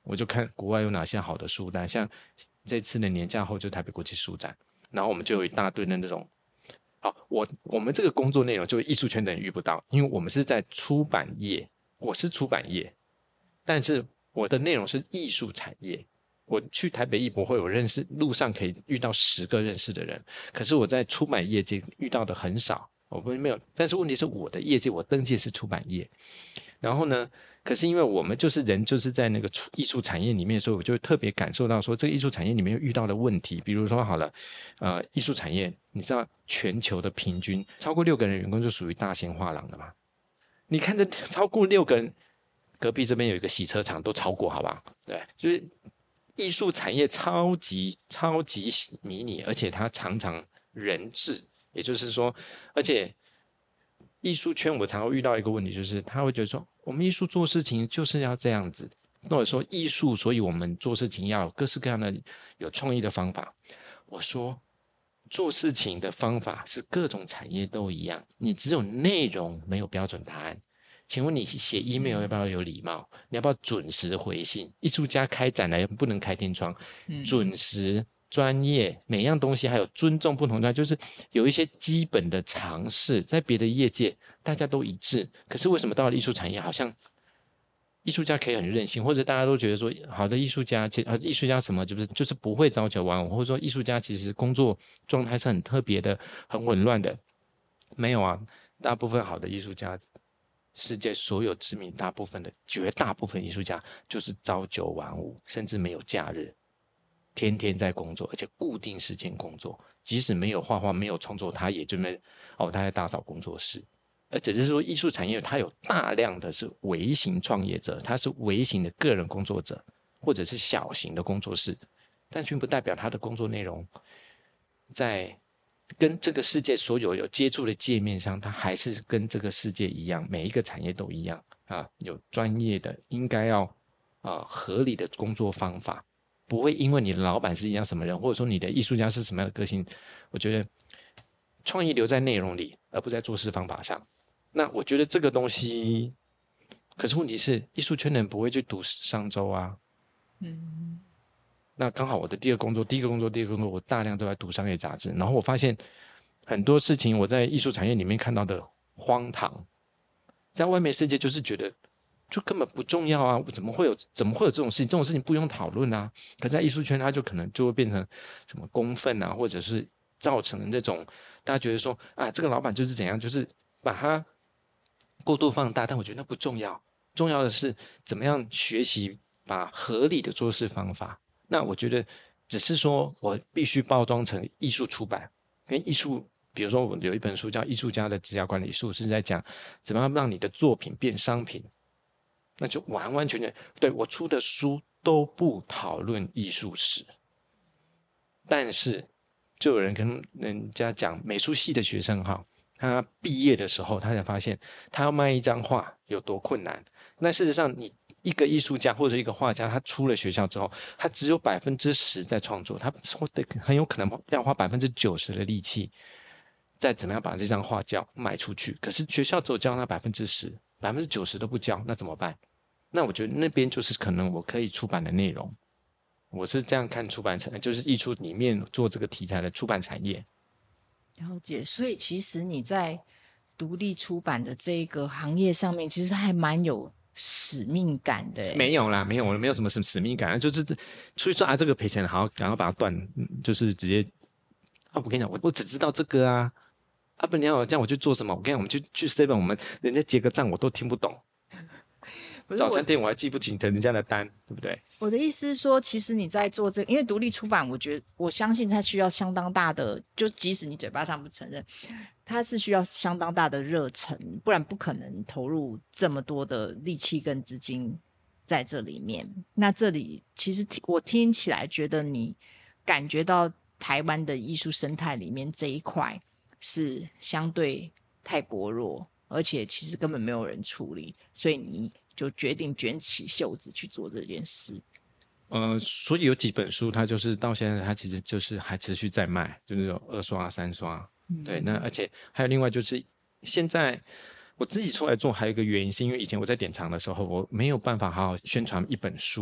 我就看国外有哪些好的书单，像这次的年假后就台北国际书展，然后我们就有一大堆的那种。好，我我们这个工作内容就艺术圈的人遇不到，因为我们是在出版业，我是出版业，但是我的内容是艺术产业。我去台北艺博会，我认识路上可以遇到十个认识的人，可是我在出版业界遇到的很少，我们没有。但是问题是我的业界，我登记是出版业，然后呢，可是因为我们就是人就是在那个艺术产业里面，所以我就特别感受到说，这个艺术产业里面遇到的问题，比如说好了，呃，艺术产业，你知道全球的平均超过六个人员工就属于大型画廊的嘛？你看这超过六个人，隔壁这边有一个洗车场都超过，好不好？对，就是艺术产业超级超级迷你，而且它常常人治，也就是说，而且艺术圈我常常遇到一个问题，就是他会觉得说，我们艺术做事情就是要这样子，或者说艺术，所以我们做事情要有各式各样的有创意的方法。我说，做事情的方法是各种产业都一样，你只有内容没有标准答案。请问你写 email 要不要有礼貌？你要不要准时回信？艺术家开展了不能开天窗，准时、专业，每样东西还有尊重不同的，就是有一些基本的常识，在别的业界大家都一致，可是为什么到了艺术产业，好像艺术家可以很任性，或者大家都觉得说，好的艺术家，其实艺术家什么就是就是不会朝九晚五，或者说艺术家其实工作状态是很特别的、很紊乱的。没有啊，大部分好的艺术家。世界所有知名大部分的绝大部分艺术家就是朝九晚五，甚至没有假日，天天在工作，而且固定时间工作。即使没有画画、没有创作，他也就没哦，他在打扫工作室。而只是说，艺术产业它有大量的是微型创业者，他是微型的个人工作者，或者是小型的工作室，但并不代表他的工作内容在。跟这个世界所有有接触的界面上，它还是跟这个世界一样，每一个产业都一样啊，有专业的，应该要啊合理的工作方法，不会因为你的老板是一样什么人，或者说你的艺术家是什么样的个性，我觉得创意留在内容里，而不在做事方法上。那我觉得这个东西，可是问题是，艺术圈的人不会去读商周啊，嗯。那刚好我的第二工作，第一个工作，第二个工作，我大量都在读商业杂志，然后我发现很多事情我在艺术产业里面看到的荒唐，在外面世界就是觉得就根本不重要啊，怎么会有怎么会有这种事情？这种事情不用讨论啊。可在艺术圈，它就可能就会变成什么公愤啊，或者是造成这种大家觉得说啊，这个老板就是怎样，就是把它过度放大。但我觉得那不重要，重要的是怎么样学习把合理的做事方法。那我觉得只是说我必须包装成艺术出版，跟艺术，比如说我有一本书叫《艺术家的职业管理术》，是在讲怎么样让你的作品变商品，那就完完全全对我出的书都不讨论艺术史，但是就有人跟人家讲美术系的学生哈，他毕业的时候他才发现他要卖一张画有多困难。那事实上你一个艺术家或者一个画家，他出了学校之后，他只有百分之十在创作，他很有可能要花百分之九十的力气，再怎么样把这张画教卖出去。可是学校只有教他百分之十，百分之九十都不教，那怎么办？那我觉得那边就是可能我可以出版的内容，我是这样看出版产业，就是艺术里面做这个题材的出版产业。 了解，所以其实你在独立出版的这个行业上面，其实还蛮有使命感的。 没有啦，没有，没有什么什么使命感，就是出去赚啊，这个赔钱，好，然后把它断，就是直接啊，我跟你讲，我我只知道这个啊，啊不，你要这样我去做什么？我跟你讲，我们去去 seven， 我们人家结个账我都听不懂，早餐店我还记不起人家的单，对不对？ 我的意思是说，其实你在做这个，因为独立出版，我觉得我相信它需要相当大的，就即使你嘴巴上不承认，它是需要相当大的热忱，不然不可能投入这么多的力气跟资金在这里面。那这里其实我听起来觉得你感觉到台湾的艺术生态里面这一块是相对太薄弱，而且其实根本没有人处理，所以你就决定卷起袖子去做这件事。 呃，所以有几本书，它就是到现在，它其实就是还持续在卖，就是有二刷、三刷。嗯、对，那而且还有另外就是，现在我自己出来做，还有一个原因，是因为以前我在典藏的时候，我没有办法好好宣传一本书，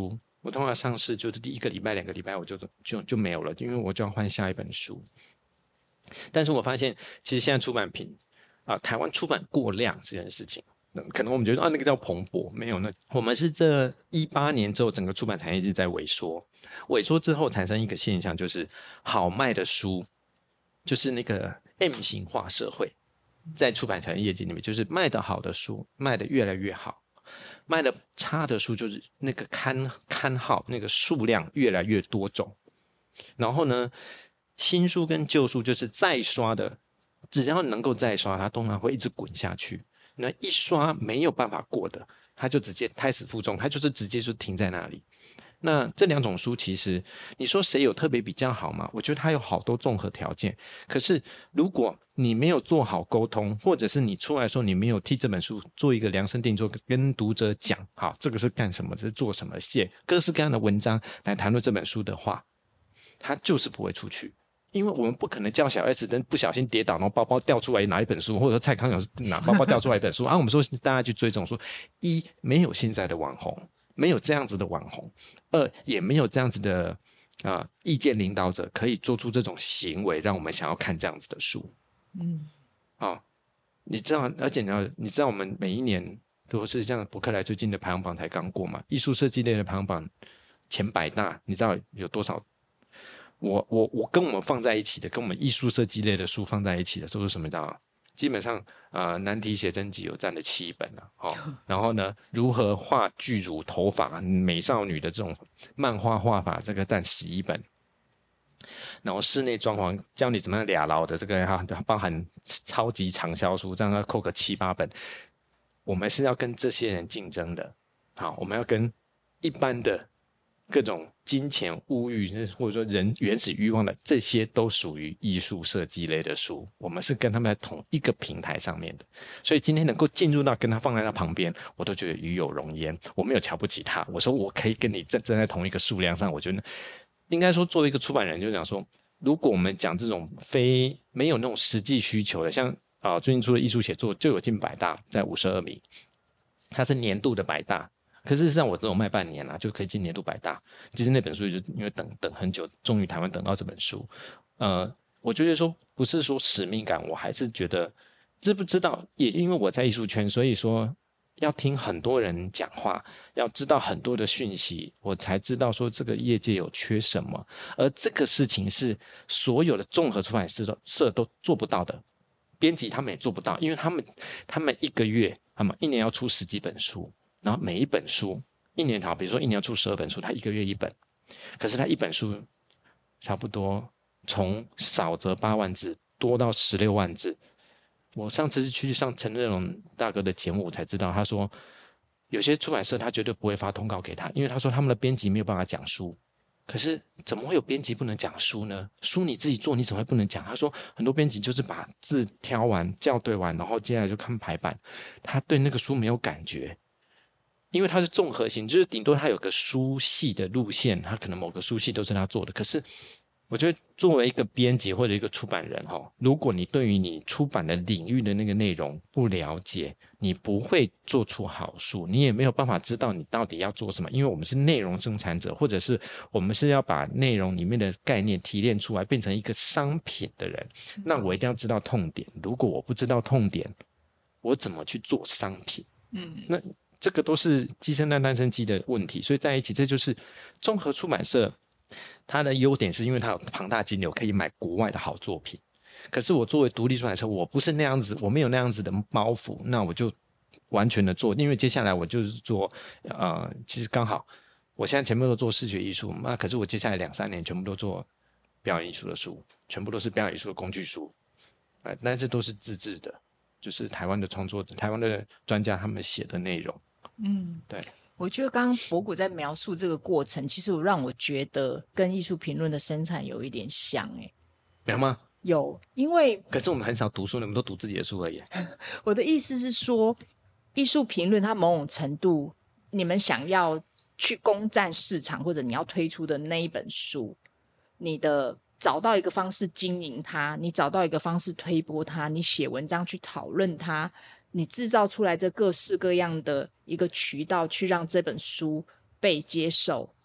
我通常上市就是第一个礼拜两个礼拜我就就就没有了，因为我就要换下一本书。但是我发现其实现在出版品啊、呃，台湾出版过量这件事情，可能我们觉得啊那个叫蓬勃，没有，那我们是这一八年之后整个出版产业一直在萎缩，萎缩之后产生一个现象，就是好卖的书就是那个 M 型化社会，在出版产业业绩里面，就是卖得好的书卖得越来越好，卖得差的书就是那个刊刊号那个数量越来越多种，然后呢新书跟旧书就是再刷的，只要能够再刷它通常会一直滚下去，那一刷没有办法过的它就直接胎死腹中，它就是直接就停在那里。那这两种书其实你说谁有特别比较好吗？我觉得它有好多综合条件，可是如果你没有做好沟通，或者是你出来的时候你没有替这本书做一个量身定做，跟读者讲好这个是干什么，这是做什么，写各式各样的文章来谈论这本书的话，它就是不会出去。因为我们不可能叫小 S 等不小心跌倒，然后包包掉出来拿一本书，或者说蔡康永拿包包掉出来一本书啊，我们说大家去追这种书，一没有现在的网红，没有这样子的网红，二也没有这样子的啊、呃、意见领导者可以做出这种行为，让我们想要看这样子的书。嗯，好、哦，你知道，而且你要你知道，我们每一年都是像博客来最近的排行榜才刚过嘛，艺术设计类的排行榜前百大，你知道有多少？我我我跟我们放在一起的，跟我们艺术设计类的书放在一起的都是什么的？基本上，呃，难题写真集有占了七本了、啊、哦。然后呢，如何画巨乳头发美少女的这种漫画画法，这个占十一本。然后室内装潢教你怎么样俩牢的这个哈，包含超级畅销书，这样要扣个七八本。我们是要跟这些人竞争的，好，我们要跟一般的。各种金钱物欲或者说人原始欲望的，这些都属于艺术设计类的书，我们是跟他们在同一个平台上面的，所以今天能够进入到跟他放在他旁边，我都觉得与有荣焉。我没有瞧不起他，我说我可以跟你站站在同一个数量上，我觉得应该说作为一个出版人，就讲说，如果我们讲这种非没有那种实际需求的，像啊、呃、最近出的艺术写作就有进百大，在五十二名，它是年度的百大。可是事实上我只有卖半年啦、啊，就可以进年度百大。其实那本书就因为等等很久，终于台湾等到这本书。呃，我觉得说不是说使命感，我还是觉得知不知道，也因为我在艺术圈，所以说要听很多人讲话，要知道很多的讯息，我才知道说这个业界有缺什么。而这个事情是所有的综合出版社社都做不到的，编辑他们也做不到，因为他们他们一个月，他们一年要出十几本书。然后每一本书一年好，比如说一年要出十二本书，他一个月一本，可是他一本书差不多从少则八万字多到十六万字。我上次是去上陈瑞龙大哥的节目，我才知道，他说有些出版社他绝对不会发通告给他，因为他说他们的编辑没有办法讲书。可是怎么会有编辑不能讲书呢？书你自己做，你怎么会不能讲？他说很多编辑就是把字挑完校对完，然后接下来就看排版，他对那个书没有感觉。因为它是综合型，就是顶多它有个书系的路线，它可能某个书系都是他做的。可是我觉得作为一个编辑或者一个出版人，如果你对于你出版的领域的那个内容不了解，你不会做出好书，你也没有办法知道你到底要做什么。因为我们是内容生产者，或者是我们是要把内容里面的概念提炼出来变成一个商品的人，那我一定要知道痛点。如果我不知道痛点，我怎么去做商品？嗯，那这个都是鸡生蛋蛋生鸡的问题，所以在一起，这就是综合出版社它的优点，是因为它有庞大金流可以买国外的好作品。可是我作为独立出版社，我不是那样子，我没有那样子的包袱，那我就完全的做，因为接下来我就是做呃，其实刚好我现在前面都做视觉艺术，那可是我接下来两三年全部都做表演艺术的书，全部都是表演艺术的工具书，呃，但是都是自制的，就是台湾的创作者、台湾的专家他们写的内容。嗯，对， 我觉得刚刚博古在描述这个过程，其实让我觉得跟艺术评论的生产有一点像。欸， 有吗？ 有，因为可是我们很少读书，你们都读自己的书而已。 我的意思是说，艺术评论它某种程度，你们想要去攻占市场，或者你要推出的那一本书，你的找到一个方式经营它，你找到一个方式推播它，你写文章去讨论它，你制造出来这各式各样的一个渠道去让这本书被接受，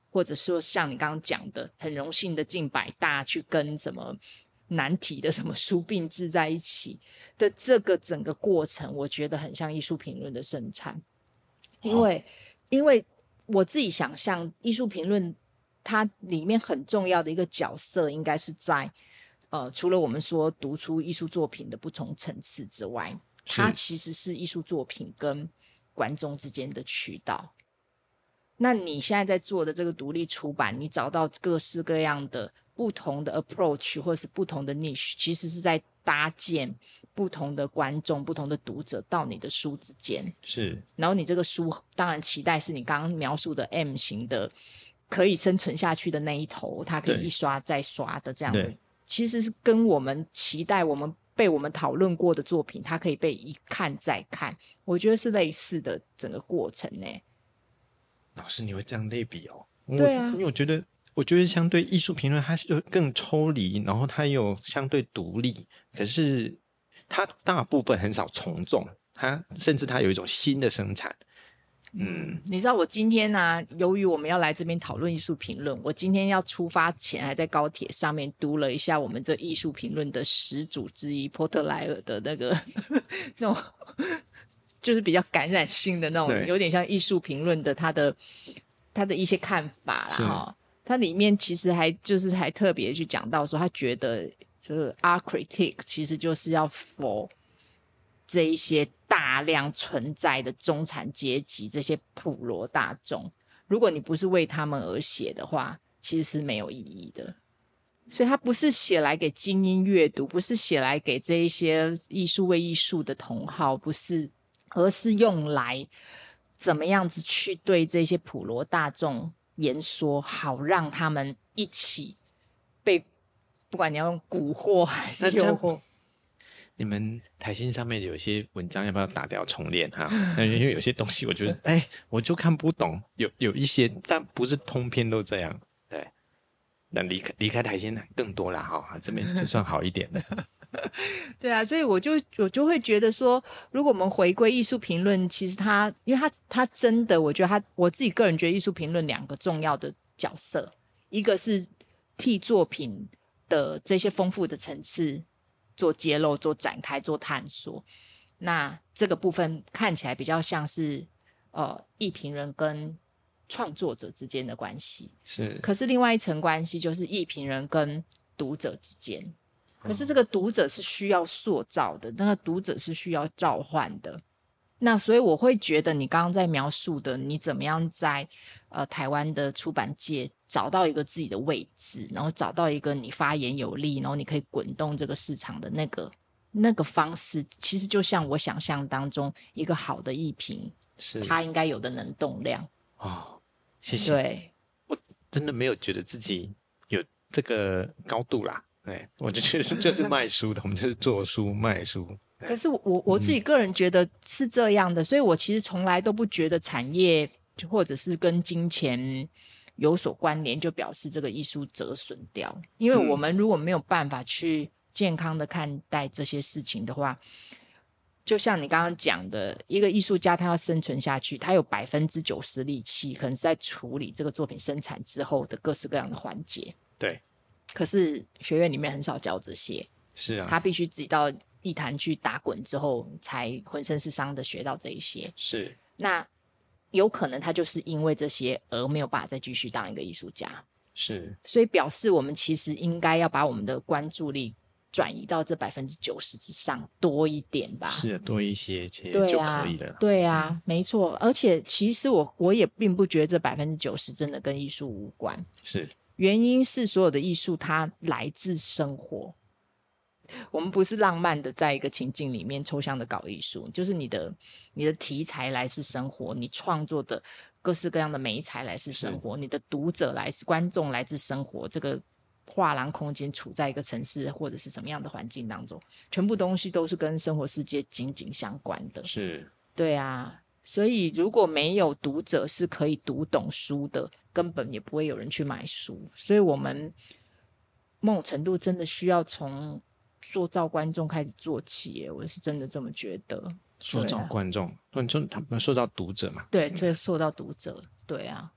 或者说像你刚刚讲的，很荣幸的进百大去跟什么难题的什么书并置在一起的这个整个过程，我觉得很像艺术评论的生产。因为、哦、因为我自己想象艺术评论它里面很重要的一个角色应该是在呃，除了我们说读出艺术作品的不同层次之外，它其实是艺术作品跟观众之间的渠道。那你现在在做的这个独立出版，你找到各式各样的不同的 approach 或是不同的 niche， 其实是在搭建不同的观众不同的读者到你的书之间。 是， 然后你这个书当然期待是你刚刚描述的 M 型的可以生存下去的那一头，它可以一刷再刷的这样的，其实是跟我们期待我们被我们讨论过的作品它可以被一看再看，我觉得是类似的整个过程耶。 老师你会这样类比哦？ 对啊， 因为我觉得我觉得相对艺术评论它就更抽离，然后它又相对独立，可是它大部分很少从众，它甚至它有一种新的生产。 嗯，你知道我今天啊，由于我们要来这边讨论艺术评论，我今天要出发前还在高铁上面读了一下我们这艺术评论的始祖之一波特莱尔的那个那种就是比较感染性的那种，有点像艺术评论的他的他的一些看法啦齁。他里面其实还就是还特别去讲到说，他觉得这个 art critic 其实就是要 for 这一些大量存在的中产阶级，这些普罗大众，如果你不是为他们而写的话，其实是没有意义的。所以他不是写来给精英阅读，不是写来给这一些艺术为艺术的同好，不是，而是用来怎么样子去对这些普罗大众言说，好让他们一起被，不管你要用蛊惑还是诱惑。 你们台信上面有些文章要不要打掉重练哈？因为有些东西我觉得哎、欸，我就看不懂，有有一些但不是通篇都这样。对，那离开离开台信更多啦哈，这边就算好一点了。 对啊，所以我就我就会觉得说，如果我们回归艺术评论，其实它因为它它真的，我觉得它我自己个人觉得艺术评论两个重要的角色，一个是替作品的这些丰富的层次做揭露、做展开、做探索。那这个部分看起来比较像是呃艺评人跟创作者之间的关系， 是。 可是另外一层关系就是艺评人跟读者之间。可是这个读者是需要塑造的，那个读者是需要召唤的。那所以我会觉得你刚刚在描述的，你怎么样在呃台湾的出版界找到一个自己的位置，然后找到一个你发言有力，然后你可以滚动这个市场的那个那个方式，其实就像我想象当中一个好的艺评，是它应该有的能动量。 哦，谢谢。 对， 我真的没有觉得自己有这个高度啦。对，我就觉得就是卖书的，我们就是做书卖书。 可是我我自己个人觉得是这样的、嗯、所以我其实从来都不觉得产业或者是跟金钱有所关联就表示这个艺术折损掉，因为我们如果没有办法去健康的看待这些事情的话，就像你刚刚讲的，一个艺术家他要生存下去，他有百分之九十力气可能是在处理这个作品生产之后的各式各样的环节。 对， 可是学院里面很少教这些。 是啊， 他必须自己到艺坛去打滚之后才浑身是伤的学到这一些。 是， 那有可能他就是因为这些而没有办法再继续当一个艺术家。 是， 所以表示我们其实应该要把我们的关注力转移到这百分之九十之上多一点吧。 是、啊、多一些其实就可以了。 对啊、嗯、没错。而且其实我我也并不觉得这百分之九十真的跟艺术无关。 是， 原因是所有的艺术它来自生活，我们不是浪漫的在一个情境里面抽象的搞艺术，就是你的你的题材来自生活，你创作的各式各样的媒材来自生活，你的读者来自观众来自生活，这个画廊空间处在一个城市或者是什么样的环境当中，全部东西都是跟生活世界紧紧相关的。 是， 对啊，所以如果没有读者是可以读懂书的，根本也不会有人去买书。所以我们某种程度真的需要从塑造观众开始做起耶，我是真的这么觉得。 塑造观众，你说他们塑造读者嘛？ 对，所以塑造读者，对啊。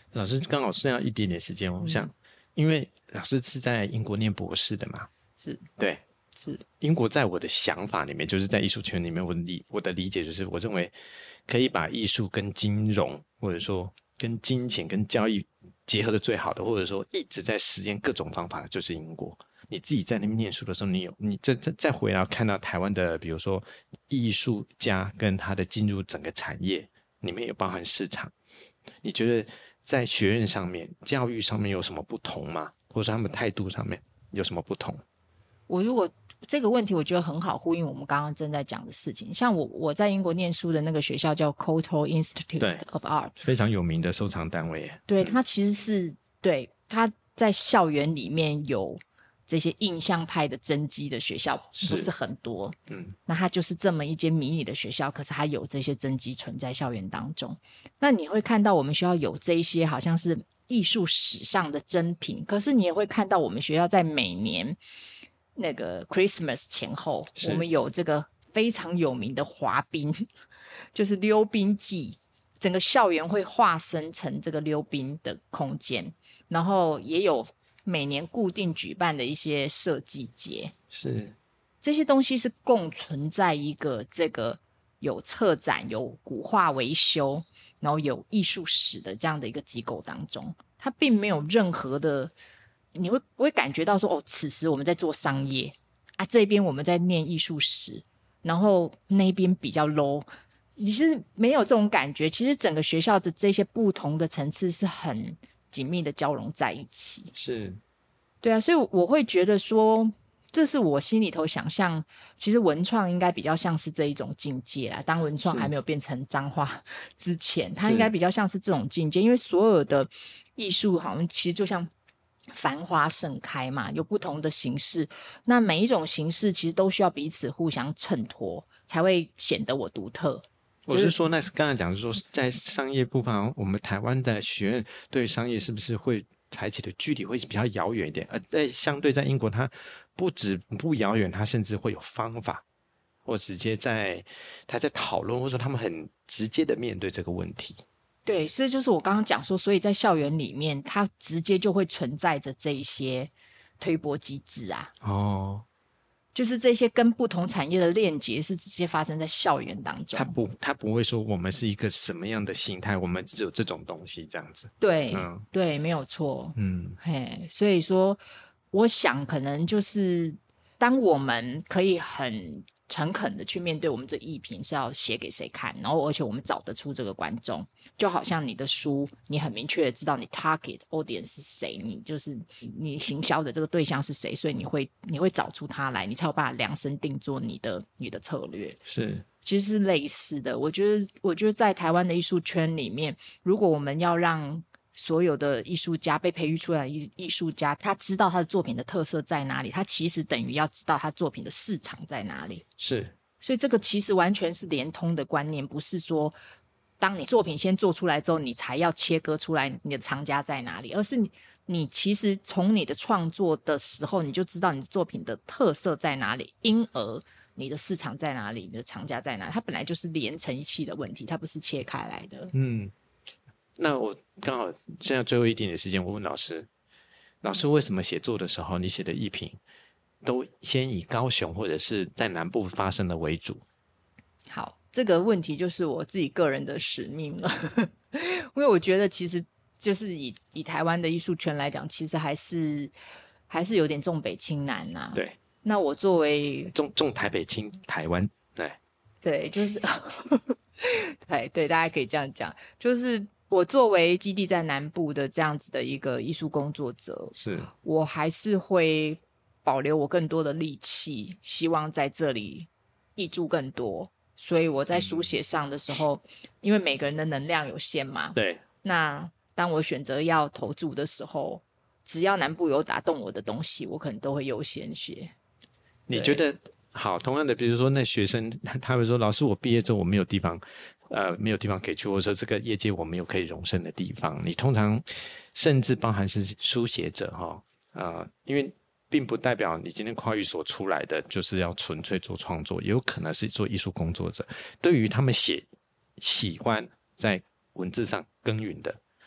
老师刚好剩下一点点时间，我想、嗯，因为老师是在英国念博士的嘛， 是， 对， 是英国，在我的想法里面，就是在艺术圈里面，我的理我的理解就是，我认为可以把艺术跟金融，或者说跟金钱、跟交易结合的最好的，或者说一直在实验各种方法的，就是英国。你自己在那边念书的时候，你有你再再再回来看到台湾的，比如说艺术家跟他的进入整个产业里面有包含市场，你觉得在学院上面、教育上面有什么不同吗？或者说他们态度上面有什么不同？ 我如果这个问题，我觉得很好呼应我们刚刚正在讲的事情。像我我在英国念书的那个学校叫 Courtauld Institute of Art， 非常有名的收藏单位。 对，它其实是对它在校园里面有这些印象派的真迹的学校不是很多，嗯，那它就是这么一间迷你的学校，可是它有这些真迹存在校园当中。那你会看到我们学校有这一些好像是艺术史上的珍品，可是你也会看到我们学校在每年那个 Christmas 前后，我们有这个非常有名的滑冰，就是溜冰季，整个校园会化身成这个溜冰的空间，然后也有每年固定举办的一些设计节， 是这些东西是共存在一个这个有策展、有古画维修，然后有艺术史的这样的一个机构当中，它并没有任何的，你会不会感觉到说，哦，此时我们在做商业啊，这边我们在念艺术史，然后那边比较 low， 你是没有这种感觉。其实整个学校的这些不同的层次是很紧密的交融在一起。 是， 对啊，所以我会觉得说，这是我心里头想象，其实文创应该比较像是这一种境界啦。当文创还没有变成彰化之前，它应该比较像是这种境界，因为所有的艺术好像其实就像繁花盛开嘛，有不同的形式，那每一种形式其实都需要彼此互相衬托，才会显得我独特。 我是说，那刚才讲说，在商业部分，我们台湾的学院对商业是不是会采取的距离会比较遥远一点？而在相对在英国，它不止不遥远，它甚至会有方法，或直接在他在讨论，或者说他们很直接的面对这个问题。 对，所以就是我刚刚讲说，所以在校园里面，它直接就会存在着这一些推波机制啊。 哦。 就是这些跟不同产业的链接是直接发生在校园当中， 他不他不会说我们是一个什么样的形态，我们只有这种东西这样子。 对、嗯、对，没有错。 嗯， 嘿，所以说我想可能就是当我们可以很诚恳的去面对我们这艺评是要写给谁看，然后而且我们找得出这个观众，就好像你的书你很明确的知道你 target audience 是谁，你就是你行销的这个对象是谁，所以你会你会找出他来，你才有办法量身定做你的你的策略。 是， 其实是类似的。我觉得我觉得在台湾的艺术圈里面，如果我们要让所有的艺术家被培育出来的艺术家，他知道他的作品的特色在哪里，他其实等于要知道他作品的市场在哪里。 是， 所以这个其实完全是连通的观念，不是说当你作品先做出来之后，你才要切割出来你的藏家在哪里，而是 你, 你其实从你的创作的时候，你就知道你的作品的特色在哪里，因而你的市场在哪里，你的藏家在哪里，它本来就是连成一气的问题，它不是切开来的。 嗯，那我刚好现在最后一点点时间，我问老师，老师为什么写作的时候，你写的艺评都先以高雄或者是在南部发生的为主？ 好，这个问题就是我自己个人的使命了因为我觉得其实就是以以台湾的艺术圈来讲，其实还是还是有点重北轻南啊。 对， 那我作为重重台北轻台湾，对对，就是对对，大家可以这样讲，就是我作为基地在南部的这样子的一个艺术工作者， 是我还是会保留我更多的力气，希望在这里挹注更多。所以我在书写上的时候、嗯、因为每个人的能量有限嘛， 对， 那当我选择要投注的时候，只要南部有打动我的东西，我可能都会优先写。 你觉得好，同样的比如说那学生他会说，老师我毕业之后我没有地方呃，没有地方可以去，或者说这个业界我没有可以容身的地方，你通常甚至包含是书写者哈、呃，因为并不代表你今天跨域所出来的就是要纯粹做创作，也有可能是做艺术工作者。对于他们写喜欢在文字上耕耘的，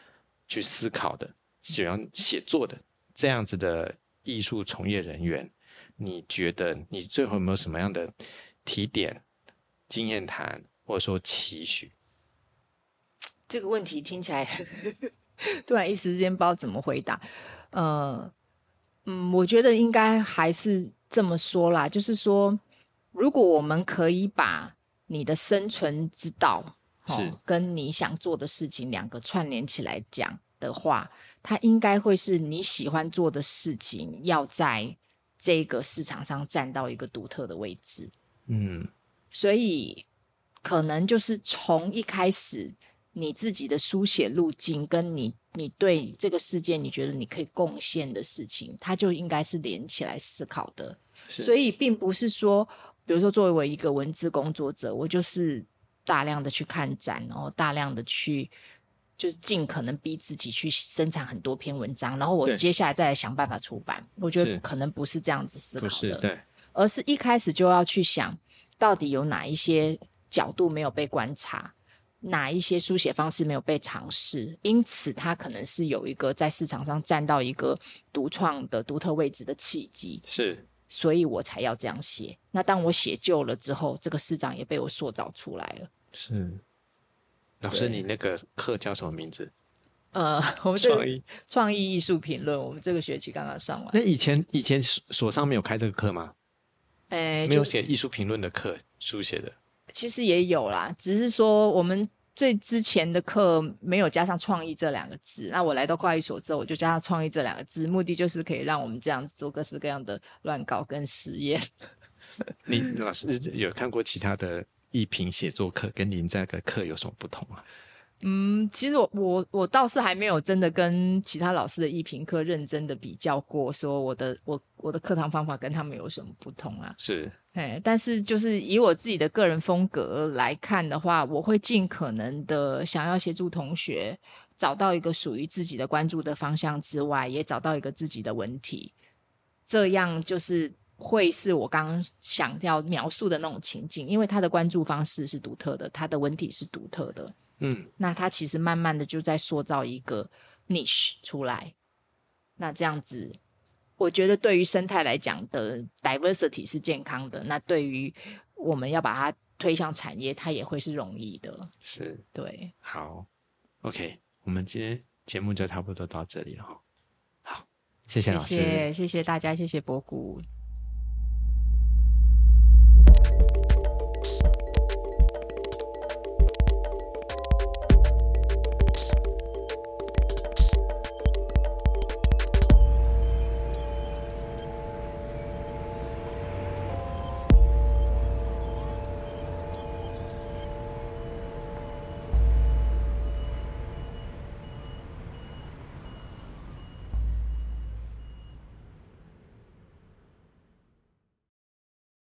去思考的、喜欢写作的这样子的艺术从业人员，你觉得你最后有没有什么样的提点、经验谈，或者说期许？ 这个问题听起来突然一时间不知道怎么回答。呃，嗯，我觉得应该还是这么说啦，就是说，如果我们可以把你的生存之道， 是哦，跟你想做的事情两个串联起来讲的话，它应该会是你喜欢做的事情，要在这个市场上占到一个独特的位置。 嗯， 所以可能就是从一开始你自己的书写路径，跟你你对这个世界你觉得你可以贡献的事情，它就应该是连起来思考的。所以并不是说，比如说作为我一个文字工作者，我就是大量的去看展，然后大量的去就是尽可能逼自己去生产很多篇文章，然后我接下来再来想办法出版。我觉得可能不是这样子思考的， 对， 而是一开始就要去想到底有哪一些角度没有被观察，哪一些书写方式没有被尝试，因此它可能是有一个在市场上站到一个独创的独特位置的契机， 是， 所以我才要这样写。那当我写就了之后，这个市场也被我塑造出来了。 是。老师，你那个课叫什么名字？ 呃，我们这个创意创意艺术评论，我们这个学期刚刚上完。 那以前以前所上没有开这个课吗？ 诶， 没有写艺术评论的课，书写的。 其实也有啦，只是说我们最之前的课没有加上创意这两个字，那我来到跨艺所之后，我就加上创意这两个字，目的就是可以让我们这样子做各式各样的乱搞跟实验。 你老师有看过其他的艺评写作课，跟您这个课有什么不同啊？ 嗯，其实我我我倒是还没有真的跟其他老师的艺评课认真的比较过，说我的我我的课堂方法跟他们有什么不同啊？ 是， 哎，但是就是以我自己的个人风格来看的话，我会尽可能的想要协助同学找到一个属于自己的关注的方向之外，也找到一个自己的文体，这样就是会是我刚刚想要描述的那种情境，因为他的关注方式是独特的，他的文体是独特的。 嗯， 那它其实慢慢的就在塑造一个 niche 出来，那这样子我觉得对于生态来讲的 diversity 是健康的，那对于我们要把它推向产业，它也会是容易的。 是， 对， 好 OK， 我们今天节目就差不多到这里了。好，谢谢老师， 谢谢谢谢大家，谢谢博古。